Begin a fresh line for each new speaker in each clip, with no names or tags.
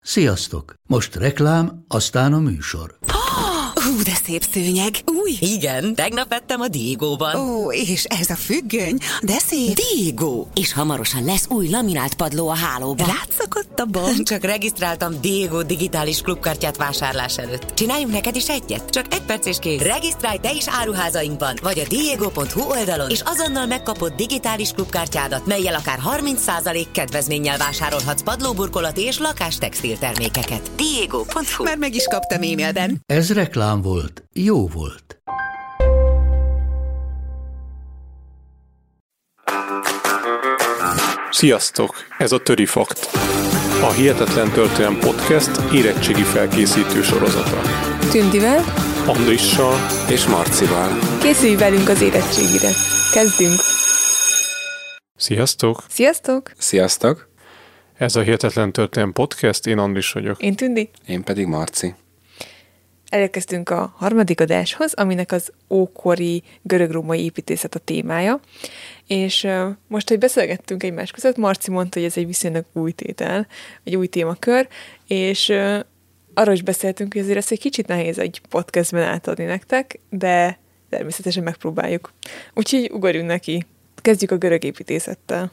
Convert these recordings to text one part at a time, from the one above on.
Sziasztok! Most reklám, aztán a műsor.
De szép szőnyeg. Új?
Igen, tegnap vettem a Diegóban.
Ó, és ez a függöny, de szép.
Diegó! És hamarosan lesz új laminált padló a hálóban.
Rátszakadt a bank.
Csak regisztráltam Diegó digitális klubkártyát vásárlás előtt. Csináljunk neked is egyet? Csak 1 perc és kész. Regisztrálj te is áruházainkban, vagy a diego.hu oldalon, és azonnal megkapod digitális klubkártyádat, mellyel akár 30% kedvezménnyel vásárolhatsz padlóburkolati és lakástextil termékeket. Diego.hu.
Már meg is kaptam e-mailben.
Ez reklám volt, jó volt.
Sziasztok! Ez a Töri Fakt. A Hihetetlen Történelem Podcast érettségi felkészítő sorozata.
Tündivel,
Andrissal
és Marcival.
készülj velünk az érettségire. Kezdünk!
Sziasztok!
Sziasztok!
Sziasztok!
Ez a Hihetetlen Történelem Podcast, én Andris vagyok.
Én Tündi.
Én pedig Marci.
Elérkeztünk a harmadik adáshoz, aminek az ókori görög-római építészet a témája, és most, hogy beszélgettünk egymás között, Marci mondta, hogy ez egy viszonylag új tétel, egy új témakör, és arról is beszéltünk, hogy azért ezt egy kicsit nehéz egy podcastben átadni nektek, de természetesen megpróbáljuk. Úgyhogy ugorjunk neki. Kezdjük a görög építészettel.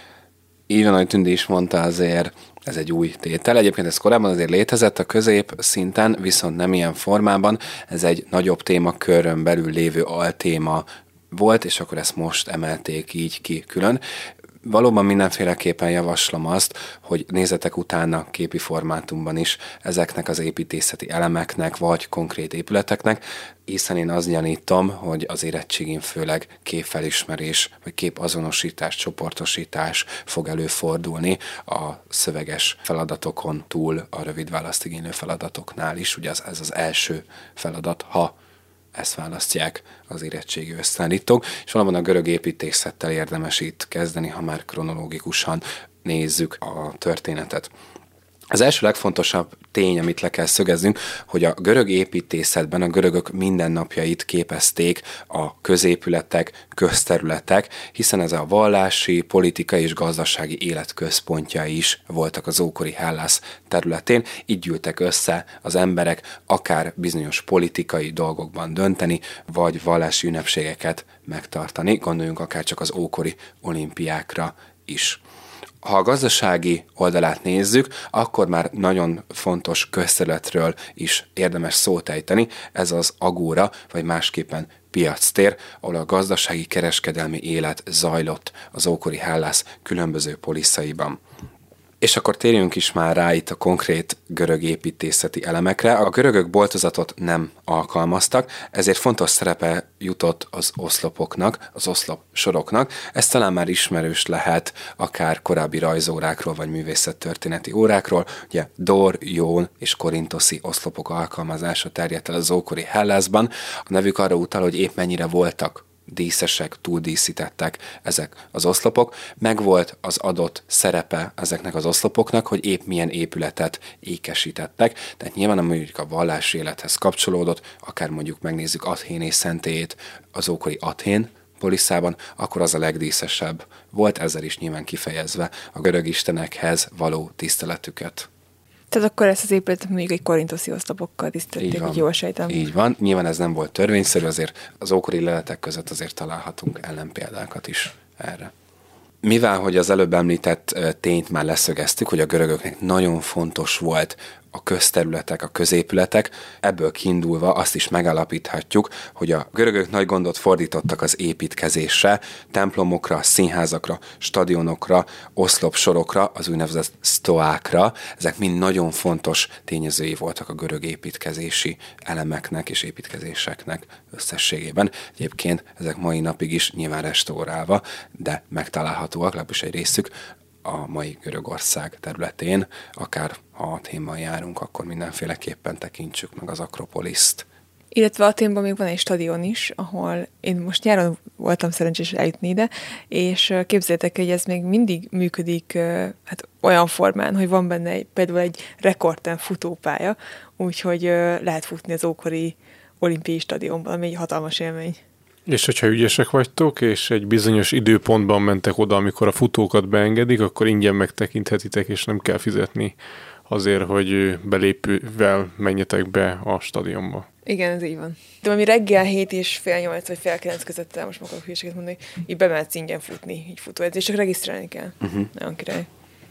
Így van, ahogy Tündi is mondta, azért ez egy új tétel. Egyébként ez korábban azért létezett a közép szinten, viszont nem ilyen formában. Ez egy nagyobb témakörön belül lévő altéma volt, és akkor ezt most emelték így ki külön. Valóban mindenféleképpen javaslom azt, hogy nézzetek utána képi formátumban is ezeknek az építészeti elemeknek, vagy konkrét épületeknek, hiszen én azt gyanítom, hogy az érettségén főleg képfelismerés, vagy képazonosítás, csoportosítás fog előfordulni a szöveges feladatokon túl, a rövid választigénylő feladatoknál is. Ugye ez az első feladat, ha ezt választják az érettségi összeállítók, és valóban a görög építészettel érdemes itt kezdeni, ha már kronológikusan nézzük a történetet. Az első legfontosabb tény, amit le kell szögeznünk, hogy a görög építészetben a görögök mindennapjait képezték a középületek, közterületek, hiszen ez a vallási, politikai és gazdasági élet központjai is voltak az ókori Hellász területén. Így gyűltek össze az emberek akár bizonyos politikai dolgokban dönteni, vagy vallási ünnepségeket megtartani. Gondoljunk akár csak az ókori olimpiákra is. Ha a gazdasági oldalát nézzük, akkor már nagyon fontos közterületről is érdemes szót ejteni, ez az agóra, vagy másképpen piactér, ahol a gazdasági kereskedelmi élet zajlott az ókori Hellász különböző poliszaiban. És akkor térjünk is már rá itt a konkrét görög építészeti elemekre. A görögök boltozatot nem alkalmaztak, ezért fontos szerepe jutott az oszlopoknak, az oszlopsoroknak. Ez talán már ismerős lehet akár korábbi rajzórákról vagy művészettörténeti órákról. Ugye dor, jón és korintoszi oszlopok alkalmazása terjedt el az ókori Hellászban. A nevük arra utal, hogy épp mennyire voltak díszesek, túldíszítettek ezek az oszlopok. Megvolt az adott szerepe ezeknek az oszlopoknak, hogy épp milyen épületet ékesítettek. Tehát nyilván, mondjuk a vallási élethez kapcsolódott, akár mondjuk megnézzük Athéné szentélyét az ókori Athén poliszában, akkor az a legdíszesebb volt, ezzel is nyilván kifejezve a görög istenekhez való tiszteletüket.
Tehát akkor ezt az épületet mondjuk egy korintoszi oszlopokkal tisztelték, hogy jól sejtem.
Így van. Nyilván ez nem volt törvényszerű, azért az ókori leletek között azért találhatunk ellenpéldákat is erre. Mivel, hogy az előbb említett tényt már leszögeztük, hogy a görögöknek nagyon fontos volt a közterületek, a középületek, ebből kiindulva azt is megállapíthatjuk, hogy a görögök nagy gondot fordítottak az építkezésre, templomokra, színházakra, stadionokra, oszlopsorokra, az úgynevezett sztoákra. Ezek mind nagyon fontos tényezői voltak a görög építkezési elemeknek és építkezéseknek összességében. Egyébként ezek mai napig is nyilván restaurálva, de megtalálhatóak, legalábbis egy részük a mai Görögország területén, akár ha Athénban járunk, akkor mindenféleképpen tekintsük meg az Akropoliszt.
Illetve Athénban még van egy stadion is, ahol én most nyáron voltam szerencsés eljutni ide, és képzeljétek, hogy ez még mindig működik hát olyan formán, hogy van benne például egy rekordtán futópálya, úgyhogy lehet futni az ókori olimpiai stadionban, ami egy hatalmas élmény.
És hogyha ügyesek vagytok, és egy bizonyos időpontban mentek oda, amikor a futókat beengedik, akkor ingyen megtekinthetitek, és nem kell fizetni azért, hogy belépővel menjetek be a stadionba.
Igen, ez így van. De ami reggel 7 és fél 8 vagy fél 9 között el, most meg akarok hülyeséget mondani, így bemehetsz ingyen futni, így futóedzés, csak regisztrálni kell. Nagyon király.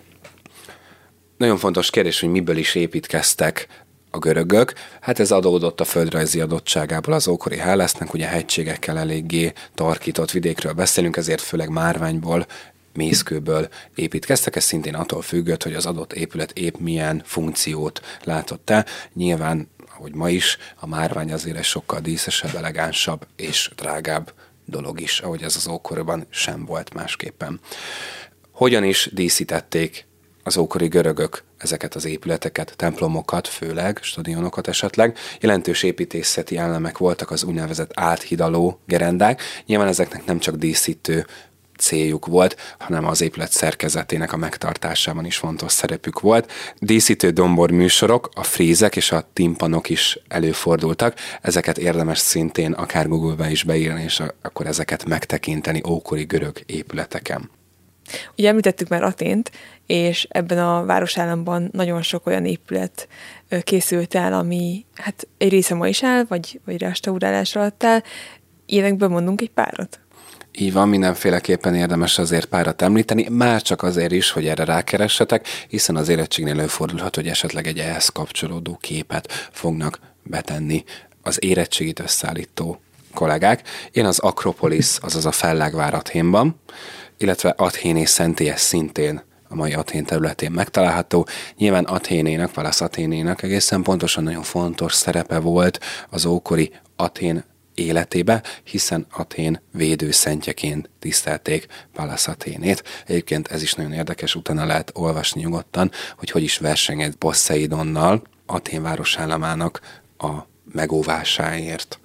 Nagyon fontos kérdés, hogy miből is építkeztek a görögök. Hát ez adódott a földrajzi adottságából az ókori Hellesznek, ugye hegységekkel eléggé tarkított vidékről beszélünk, ezért főleg márványból, mészkőből építkeztek, ez szintén attól függött, hogy az adott épület épp milyen funkciót látott el. Nyilván, ahogy ma is, a márvány azért egy sokkal díszesebb, elegánsabb és drágább dolog is, ahogy ez az ókorban sem volt másképpen. Hogyan is díszítették az ókori görögök ezeket az épületeket, templomokat, főleg, stadionokat esetleg? Jelentős építészeti elemek voltak az úgynevezett áthidaló gerendák. Nyilván ezeknek nem csak díszítő céljuk volt, hanem az épület szerkezetének a megtartásában is fontos szerepük volt. Díszítő dombor műsorok, a frízek és a timpanok is előfordultak. Ezeket érdemes szintén akár Google-be is beírni, és akkor ezeket megtekinteni ókori görög épületeken.
Ugye említettük már Athént, és ebben a városállamban nagyon sok olyan épület készült el, ami hát egy része ma is áll, vagy restaurálás alatt áll. Ilyenekből mondunk egy párat.
Így van, mindenféleképpen érdemes azért párat említeni, már csak azért is, hogy erre rákeressetek, hiszen az érettségnél előfordulhat, hogy esetleg egy ehhez kapcsolódó képet fognak betenni az érettségit összeállító kollégák. Én az Akropolis, azaz a Fellágvár Athénban, illetve Athéné szentélye szintén a mai Athén területén megtalálható. Nyilván Athénének, Pallas Athénének egészen pontosan nagyon fontos szerepe volt az ókori Athén életébe, hiszen Athén védőszentjeként tisztelték Pallas Athénét. Egyébként ez is nagyon érdekes, utána lehet olvasni nyugodtan, hogy is versengett Poszeidonnal Athén városállamának a megóvásáért.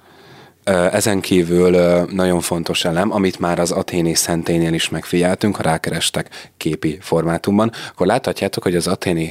Ezen kívül nagyon fontos elem, amit már az athéni szentélynél is megfigyeltünk, ha rákerestek képi formátumban, akkor láthatjátok, hogy az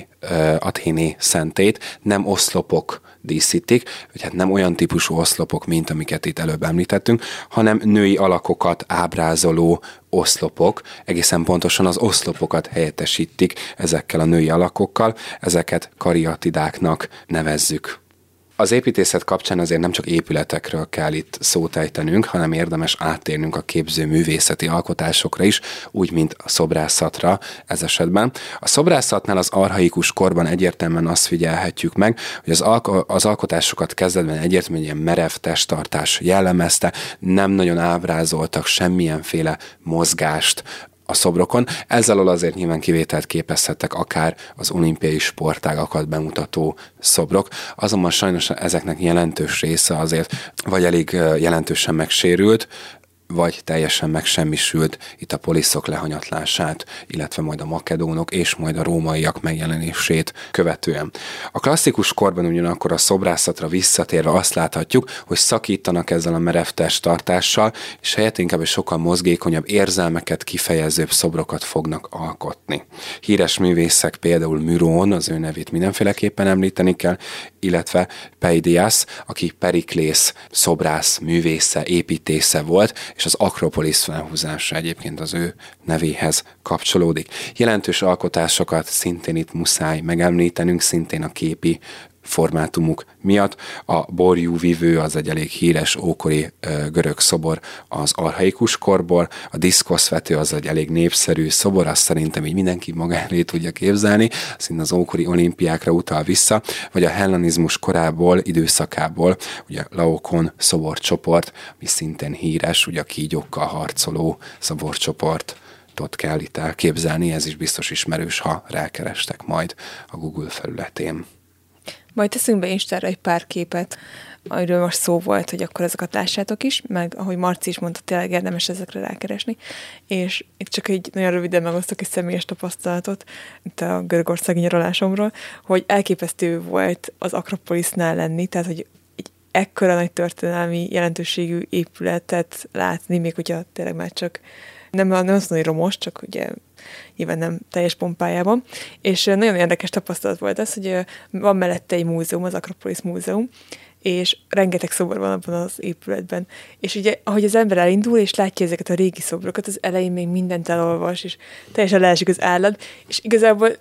athéni szentélyt nem oszlopok díszítik, vagy hát nem olyan típusú oszlopok, mint amiket itt előbb említettünk, hanem női alakokat ábrázoló oszlopok, egészen pontosan az oszlopokat helyettesítik ezekkel a női alakokkal, ezeket kariatidáknak nevezzük. Az építészet kapcsán azért nem csak épületekről kell itt szót ejtenünk, hanem érdemes áttérnünk a képző művészeti alkotásokra is, úgy, mint a szobrászatra ez esetben. A szobrászatnál az archaikus korban egyértelműen azt figyelhetjük meg, hogy az alkotásokat kezdetben egyértelműen ilyen merev testtartás jellemezte, nem nagyon ábrázoltak semmilyenféle mozgást a szobrokon. Ezzel azért nyilván kivételt képezhettek akár az olimpiai sportágakat bemutató szobrok, azonban sajnos ezeknek jelentős része azért vagy elég jelentősen megsérült, vagy teljesen megsemmisült itt a poliszok lehanyatlását, illetve majd a makedónok és majd a rómaiak megjelenését követően. A klasszikus korban ugyanakkor a szobrászatra visszatérve azt láthatjuk, hogy szakítanak ezzel a merev testtartással, és helyett inkább egy sokkal mozgékonyabb, érzelmeket kifejezőbb szobrokat fognak alkotni. Híres művészek például Mürón, az ő nevét mindenféleképpen említeni kell, illetve Peidias, aki Periklész szobrász, művésze, építésze volt, és az Akropolis felhúzása egyébként az ő nevéhez kapcsolódik. Jelentős alkotásokat szintén itt muszáj megemlítenünk, szintén a képi formátumuk miatt. A borjúvivő az egy elég híres ókori görög szobor az archaikus korból, a diszkoszvető az egy elég népszerű szobor, azt szerintem így mindenki magánré tudja képzelni, szinte az ókori olimpiákra utal vissza, vagy a hellenizmus korából, időszakából, ugye Laokon szoborcsoport, ami szintén híres, ugye a kígyókkal harcoló szoborcsoport kell itt elképzelni, ez is biztos ismerős, ha rákerestek majd a Google felületén.
Majd teszünk be Instára egy pár képet, amiről most szó volt, hogy akkor ezeket lássátok is, meg ahogy Marci is mondta, tényleg érdemes ezekre rákeresni, és itt csak egy nagyon röviden megosztok egy személyes tapasztalatot itt a görögországi nyaralásomról, hogy elképesztő volt az Akropolisnál lenni, tehát hogy egy ekkora nagy történelmi jelentőségű épületet látni, még hogyha tényleg már csak nem azt mondani, hogy romos, csak ugye nyilván nem teljes pompájában. És nagyon érdekes tapasztalat volt az, hogy van mellette egy múzeum, az Akropolis múzeum, és rengeteg szobor van abban az épületben. És ugye, ahogy az ember elindul, és látja ezeket a régi szobrokat, az elején még mindent elolvas, és teljesen leesik az állat, és igazából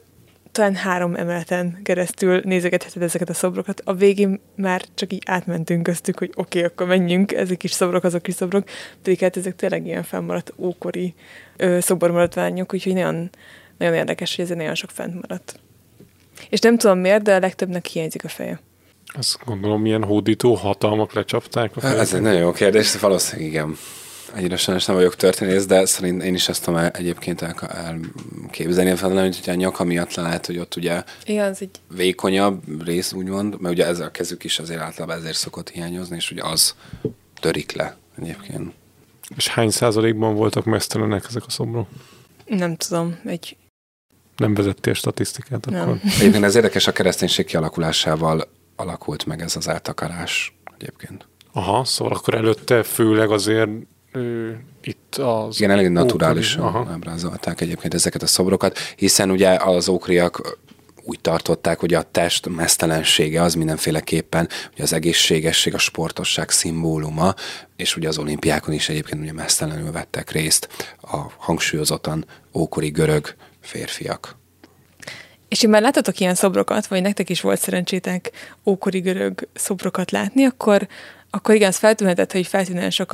talán 3 emeleten keresztül nézegetheted ezeket a szobrokat. A végén már csak így átmentünk köztük, hogy oké, akkor menjünk, ezek is szobrok, azok is szobrok, pedig hát ezek tényleg ilyen fennmaradt ókori szobormaradványok, úgyhogy nagyon, nagyon érdekes, hogy ez nagyon sok fent maradt. És nem tudom miért, de a legtöbbnek hiányzik a feje.
Azt gondolom, milyen hódító hatalmak lecsapták a fejét.
Ez egy nagyon jó kérdés, valószínűleg igen. Egyre sajnos nem vagyok történész, de szerint én is ezt tudom egyébként elképzelni. Hogy a nyaka miatt lehet, hogy ott ugye
igen, egy
vékonyabb rész, úgymond, mert ugye ez a kezük is azért általában ezért szokott hiányozni, és ugye az törik le egyébként.
És hány százalékban voltak meztelenek ezek a szobrok?
Nem tudom,
Nem vezettél statisztikát
nem.
akkor?
Egyébként ez érdekes, a kereszténység kialakulásával alakult meg ez az eltakarás egyébként.
Aha, szóval akkor előtte főleg azért itt az...
Igen, elég naturálisan ábrázolták egyébként ezeket a szobrokat, hiszen ugye az ókoriak úgy tartották, hogy a test meztelensége az mindenféleképpen ugye az egészségesség, a sportosság szimbóluma, és ugye az olimpiákon is egyébként ugye meztelenül vettek részt a hangsúlyozottan ókori görög férfiak.
És én már láttatok ilyen szobrokat, vagy nektek is volt szerencsétek ókori görög szobrokat látni, akkor igen, az feltűnhetett, hogy feltűnően sok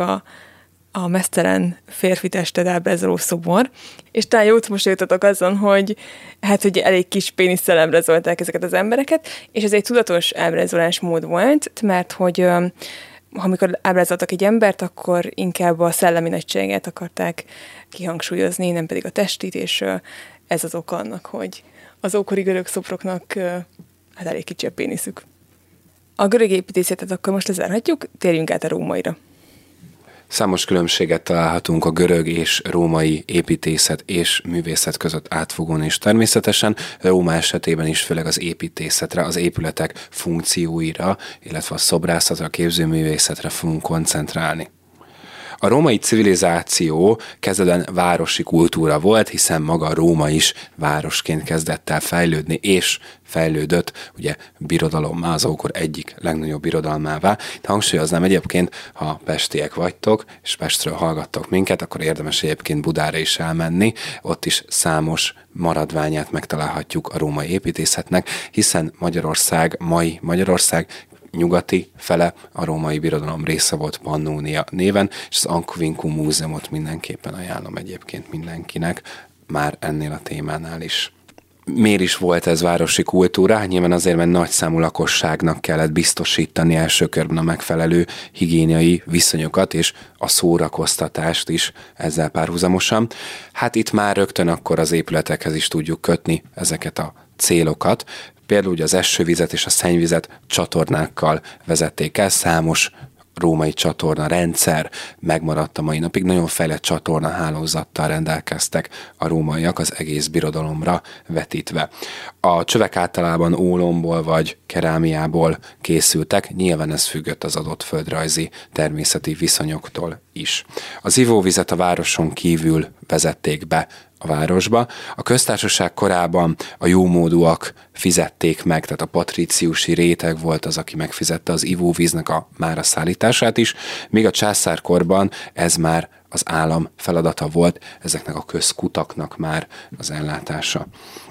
a meztelen férfi tested ábrázoló szobor, és talán jót mosolyogtatok azon, hogy hogy elég kis pénisszel ábrázolták ezeket az embereket, és ez egy tudatos ábrázolásmód volt, mert hogy amikor ábrázoltak egy embert, akkor inkább a szellemi nagyságet akarták kihangsúlyozni, nem pedig a testit, és ez az oka annak, hogy az ókori görög szobroknak elég kicsi a péniszük. A görög építészetet akkor most lezárhatjuk, térjünk át a rómaira.
Számos különbséget találhatunk a görög és római építészet és művészet között átfogón, és természetesen Róma esetében is főleg az építészetre, az épületek funkcióira, illetve a szobrászatra, a képzőművészetre fogunk koncentrálni. A római civilizáció kezdetben városi kultúra volt, hiszen maga Róma is városként kezdett el fejlődni, és fejlődött, ugye birodalommá, az ókor egyik legnagyobb birodalmává. De hangsúlyoznám egyébként, ha pestiek vagytok, és Pestről hallgattok minket, akkor érdemes egyébként Budára is elmenni, ott is számos maradványát megtalálhatjuk a római építészetnek, hiszen mai Magyarország nyugati fele a római birodalom része volt Pannónia néven, és az Ankovincum Múzeumot mindenképpen ajánlom egyébként mindenkinek, már ennél a témánál is. Miért is volt ez városi kultúra? Nyilván azért, mert nagyszámú lakosságnak kellett biztosítani első körben a megfelelő higiéniai viszonyokat, és a szórakoztatást is ezzel párhuzamosan. Hát itt már rögtön akkor az épületekhez is tudjuk kötni ezeket a célokat. Például ugye az esővizet és a szennyvizet csatornákkal vezették el, számos római csatorna rendszer megmaradt a mai napig, nagyon fejlett csatorna hálózattal rendelkeztek a rómaiak az egész birodalomra vetítve. A csövek általában ólomból vagy kerámiából készültek, nyilván ez függött az adott földrajzi természeti viszonyoktól is. Az ivóvizet a városon kívül vezették be a városba. A köztársaság korában a jómódúak fizették meg, tehát a patríciusi réteg volt az, aki megfizette az ivóvíznek a mára szállítását is, míg a császárkorban ez már az állam feladata volt, ezeknek a közkutaknak már az ellátása.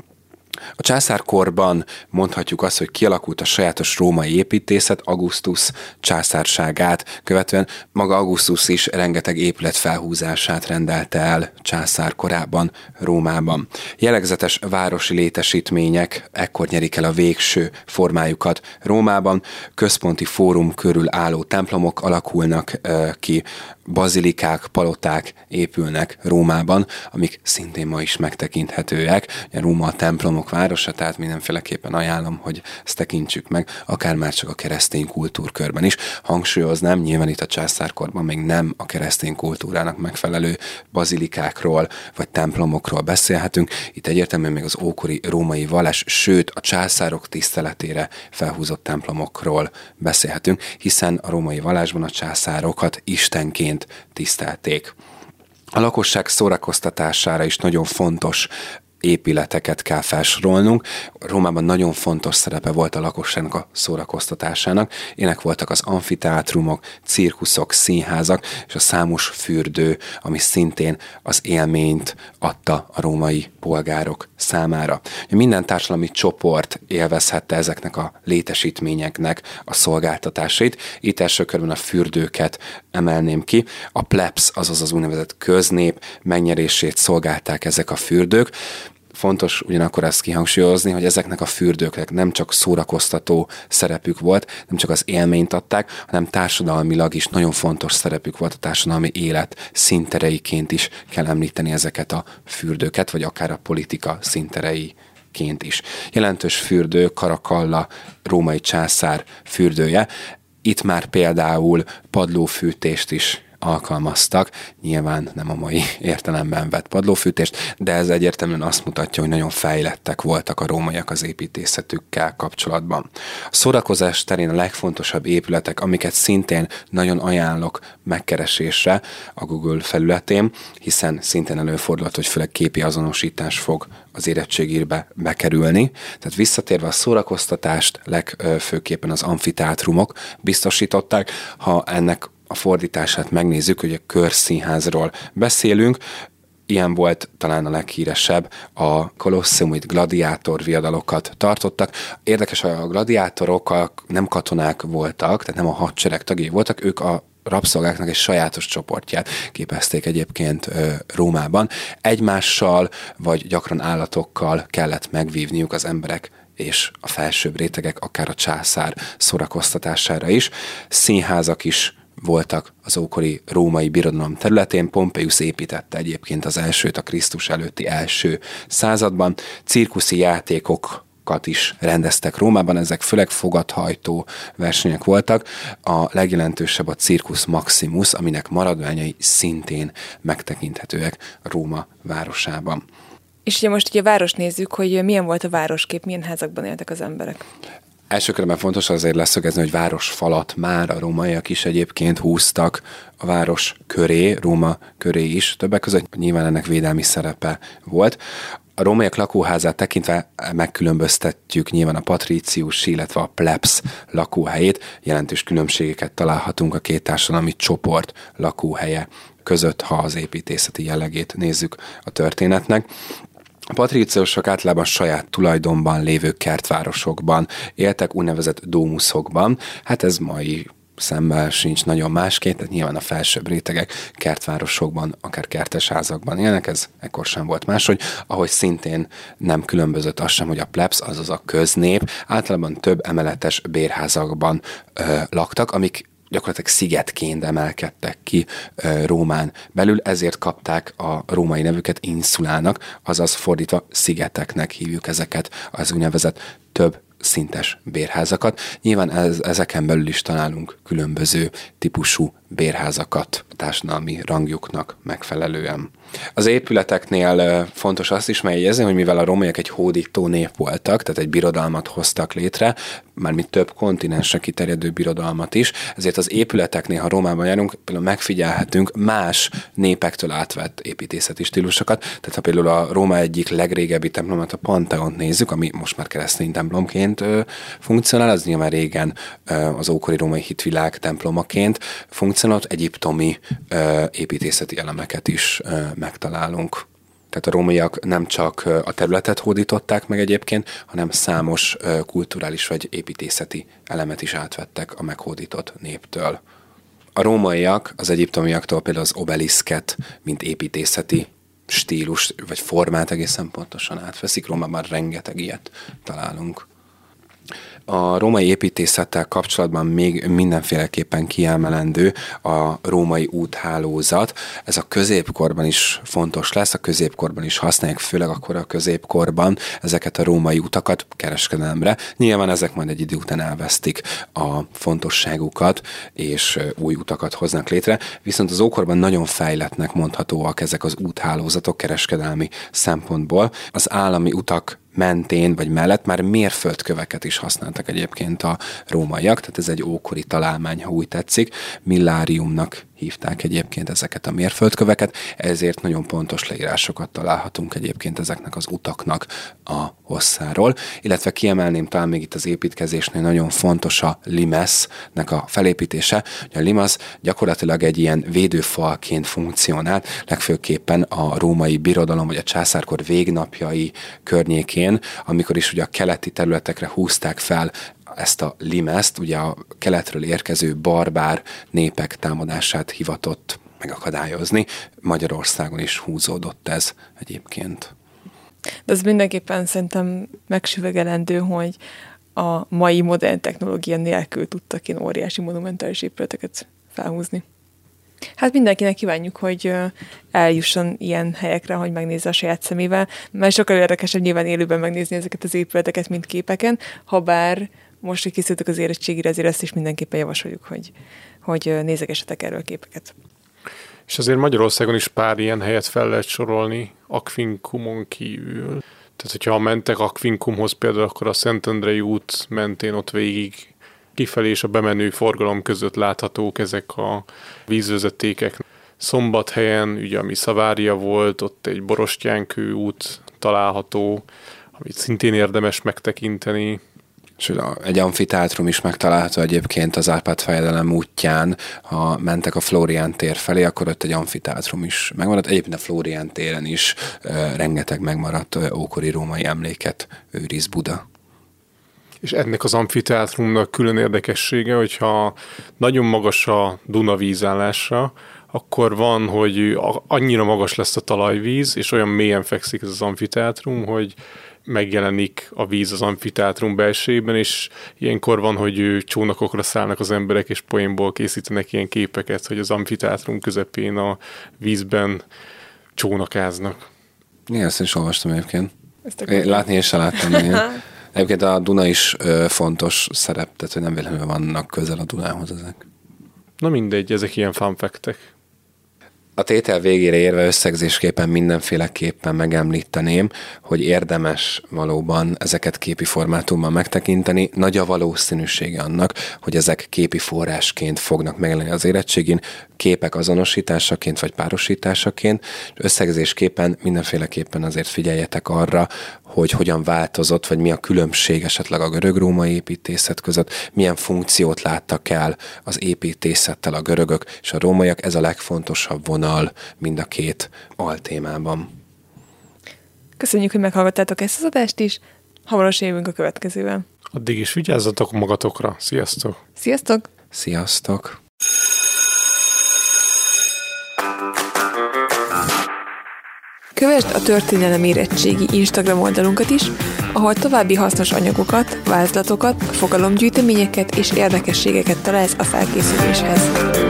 A császárkorban mondhatjuk azt, hogy kialakult a sajátos római építészet Augustus császárságát, követően maga Augustus is rengeteg épület felhúzását rendelte el császárkorában Rómában. Jellegzetes városi létesítmények ekkor nyerik el a végső formájukat Rómában, központi fórum körül álló templomok alakulnak ki, bazilikák, paloták épülnek Rómában, amik szintén ma is megtekinthetőek. Róma a templomok városa, tehát mindenféleképpen ajánlom, hogy ezt tekintsük meg, akár már csak a keresztény kultúrkörben is. Hangsúlyoznám, nyilván itt a császárkorban még nem a keresztény kultúrának megfelelő bazilikákról vagy templomokról beszélhetünk. Itt egyértelműen még az ókori római vallás, sőt a császárok tiszteletére felhúzott templomokról beszélhetünk, hiszen a római vallásban a császárokat istenként tisztelték. A lakosság szórakoztatására is nagyon fontos épületeket kell felsorolnunk. Rómában nagyon fontos szerepe volt a lakosságnak a szórakoztatásának. Ilyenek voltak az amfiteátrumok, cirkuszok, színházak és a számos fürdő, ami szintén az élményt adta a római polgárok számára. Minden társadalmi csoport élvezhette ezeknek a létesítményeknek a szolgáltatásait. Itt első körben a fürdőket emelném ki. A plebs, azaz az úgynevezett köznép megnyerését szolgálták ezek a fürdők. Fontos ugyanakkor ezt kihangsúlyozni, hogy ezeknek a fürdőknek nem csak szórakoztató szerepük volt, nem csak az élményt adták, hanem társadalmilag is nagyon fontos szerepük volt, a társadalmi élet színtereiként is kell említeni ezeket a fürdőket, vagy akár a politika színtereiként is. Jelentős fürdő Caracalla római császár fürdője. Itt már például padlófűtést is alkalmaztak, nyilván nem a mai értelemben vett padlófűtést, de ez egyértelműen azt mutatja, hogy nagyon fejlettek voltak a rómaiak az építészetükkel kapcsolatban. A szórakozás terén a legfontosabb épületek, amiket szintén nagyon ajánlok megkeresésre a Google felületén, hiszen szintén előfordulhat, hogy főleg képi azonosítás fog az érettségírbe bekerülni. Tehát visszatérve a szórakoztatást, legfőképpen az amfiteátrumok biztosították. Ha ennek a fordítását megnézzük, hogy a körszínházról beszélünk, ilyen volt talán a leghíresebb, a Colosseum, itt gladiátor viadalokat tartottak. Érdekes, a gladiátorok nem katonák voltak, tehát nem a hadsereg tagjai voltak, ők a rabszolgáknak egy sajátos csoportját képezték egyébként Rómában. Egymással, vagy gyakran állatokkal kellett megvívniuk az emberek és a felsőbb rétegek, akár a császár szórakoztatására is. Színházak is voltak az ókori római birodalom területén. Pompeius építette egyébként az elsőt a Krisztus előtti első században. Cirkuszi játékokat is rendeztek Rómában, ezek főleg fogathajtó versenyek voltak. A legjelentősebb a Circus Maximus, aminek maradványai szintén megtekinthetőek Róma városában.
És ugye most ugye a várost nézzük, hogy milyen volt a városkép, milyen házakban éltek az emberek.
Első körben fontos azért leszögezni, hogy városfalat már a rómaiak is egyébként húztak a város köré, Róma köré is, többek között nyilván ennek védelmi szerepe volt. A rómaiak lakóházát tekintve megkülönböztetjük nyilván a patrícius, illetve a plebs lakóhelyét. Jelentős különbségeket találhatunk a két társadalmi csoport lakóhelye között, ha az építészeti jellegét nézzük a történetnek. A patríciusok általában saját tulajdonban lévő kertvárosokban éltek, úgynevezett domusokban. Hát ez mai szemmel sincs nagyon másként, tehát nyilván a felsőbb rétegek kertvárosokban, akár kertesházakban élnek, ez ekkor sem volt máshogy, ahogy szintén nem különbözött az sem, hogy a plebs, azaz a köznép általában több emeletes bérházakban laktak, amik gyakorlatilag szigetként emelkedtek ki Rómán belül, ezért kapták a római nevüket insulának, azaz fordítva szigeteknek hívjuk ezeket az úgynevezett több szintes bérházakat. Nyilván ezeken belül is találunk különböző típusú bérházakat a társadalmi rangjuknak megfelelően. Az épületeknél fontos azt is megjegyezni, hogy mivel a rómaiak egy hódító nép voltak, tehát egy birodalmat hoztak létre, mármint több kontinensre kiterjedő birodalmat is, ezért az épületeknél, ha Rómában járunk, például megfigyelhetünk más népektől átvett építészeti stílusokat. Tehát ha például a Róma egyik legrégebbi templomát, a Pantheont nézzük, ami most már keresztény templomként funkcionál, az nyilván régen az ókori római hitvilág templomaként funkcionált, egyiptomi építészeti elemeket is megtalálunk. Tehát a rómaiak nem csak a területet hódították meg egyébként, hanem számos kulturális vagy építészeti elemet is átvettek a meghódított néptől. A rómaiak az egyiptomiaktól például az obeliszket, mint építészeti stílus vagy formát egészen pontosan átveszik. Rómában rengeteg ilyet találunk. A római építészettel kapcsolatban még mindenféleképpen kiemelendő a római úthálózat. Ez a középkorban is fontos lesz, a középkorban is használják, főleg akkor a középkorban ezeket a római utakat kereskedelemre. Nyilván ezek majd egy idő után elvesztik a fontosságukat, és új utakat hoznak létre, viszont az ókorban nagyon fejlettnek mondhatóak ezek az úthálózatok kereskedelmi szempontból. Az állami utak mentén vagy mellett már mérföldköveket is használtak egyébként a rómaiak, tehát ez egy ókori találmány, ha úgy tetszik. Milláriumnak hívták egyébként ezeket a mérföldköveket, ezért nagyon pontos leírásokat találhatunk egyébként ezeknek az utaknak a hosszáról, illetve kiemelném talán még itt az építkezésnél nagyon fontos a limesznek a felépítése. A limasz gyakorlatilag egy ilyen védőfalként funkcionált, legfőképpen a római birodalom vagy a császárkor végnapjai környékén, amikor is ugye a keleti területekre húzták fel ezt a limeszt, ugye a keletről érkező barbár népek támadását hivatott megakadályozni. Magyarországon is húzódott ez egyébként.
De az mindenképpen szerintem megsüvegelendő, hogy a mai modern technológia nélkül tudtak ilyen óriási monumentális épületeket felhúzni. Hát mindenkinek kívánjuk, hogy eljusson ilyen helyekre, hogy megnézze a saját szemével, mert sokkal érdekesebb nyilván élőben megnézni ezeket az épületeket, mint képeken, habár most, hogy készültök az érettségire, ezért ezt is mindenképpen javasoljuk, hogy nézegessetek erről képeket.
És azért Magyarországon is pár ilyen helyet fel lehet sorolni, Aquincumon kívül. Tehát, hogyha mentek Aquincumhoz például, akkor a Szentendrei út mentén ott végig kifelé és a bemenő forgalom között láthatók ezek a vízvezetékek. Szombathelyen, ugye ami Szavária volt, ott egy Borostyánkő út található, amit szintén érdemes megtekinteni.
És egy amfiteátrum is megtalálható egyébként az Árpád-fejedelem útján, ha mentek a Flórián tér felé, akkor ott egy amfiteátrum is megmaradt. Egyébként a Flórián téren is rengeteg megmaradt ókori római emléket őriz Buda.
És ennek az amfiteátrumnak külön érdekessége, hogyha nagyon magas a Duna vízállásra, akkor van, hogy annyira magas lesz a talajvíz, és olyan mélyen fekszik ez az amfiteátrum, hogy megjelenik a víz az amfiteátrum belsejében, és ilyenkor van, hogy csónakokra szállnak az emberek, és poénból készítenek ilyen képeket, hogy az amfiteátrum közepén a vízben csónakáznak.
Igen, ezt is olvastam egyébként. Látni én sem láttam. Egyébként a Duna is fontos szerep, tehát hogy nem véletlenül vannak közel a Dunához ezek.
Na mindegy, ezek ilyen fun fact-ek.
A tétel végére érve összegzésképpen mindenféleképpen megemlíteném, hogy érdemes valóban ezeket képi formátumban megtekinteni. Nagy a valószínűsége annak, hogy ezek képi forrásként fognak megjelenni az érettségin, képek azonosításaként vagy párosításaként. Összegzésképpen mindenféleképpen azért figyeljetek arra, hogy hogyan változott, vagy mi a különbség esetleg a görög-római építészet között, milyen funkciót láttak el az építészettel a görögök és a rómaiak. Ez a legfontosabb vonal mind a két altémában.
Köszönjük, hogy meghallgattátok ezt az adást is. Hamarosan jövünk a következővel.
Addig is vigyázzatok magatokra. Sziasztok!
Sziasztok!
Sziasztok!
Kövesd a Történelem Érettségi Instagram oldalunkat is, ahol további hasznos anyagokat, vázlatokat, fogalomgyűjteményeket és érdekességeket találsz a felkészüléshez.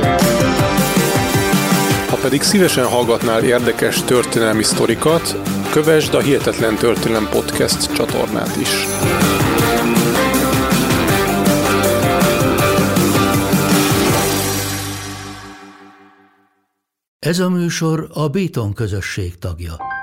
Ha pedig szívesen hallgatnál érdekes történelmi sztorikat, kövesd a Hihetetlen Történelem Podcast csatornát is.
Ez a műsor a Béton közösség tagja.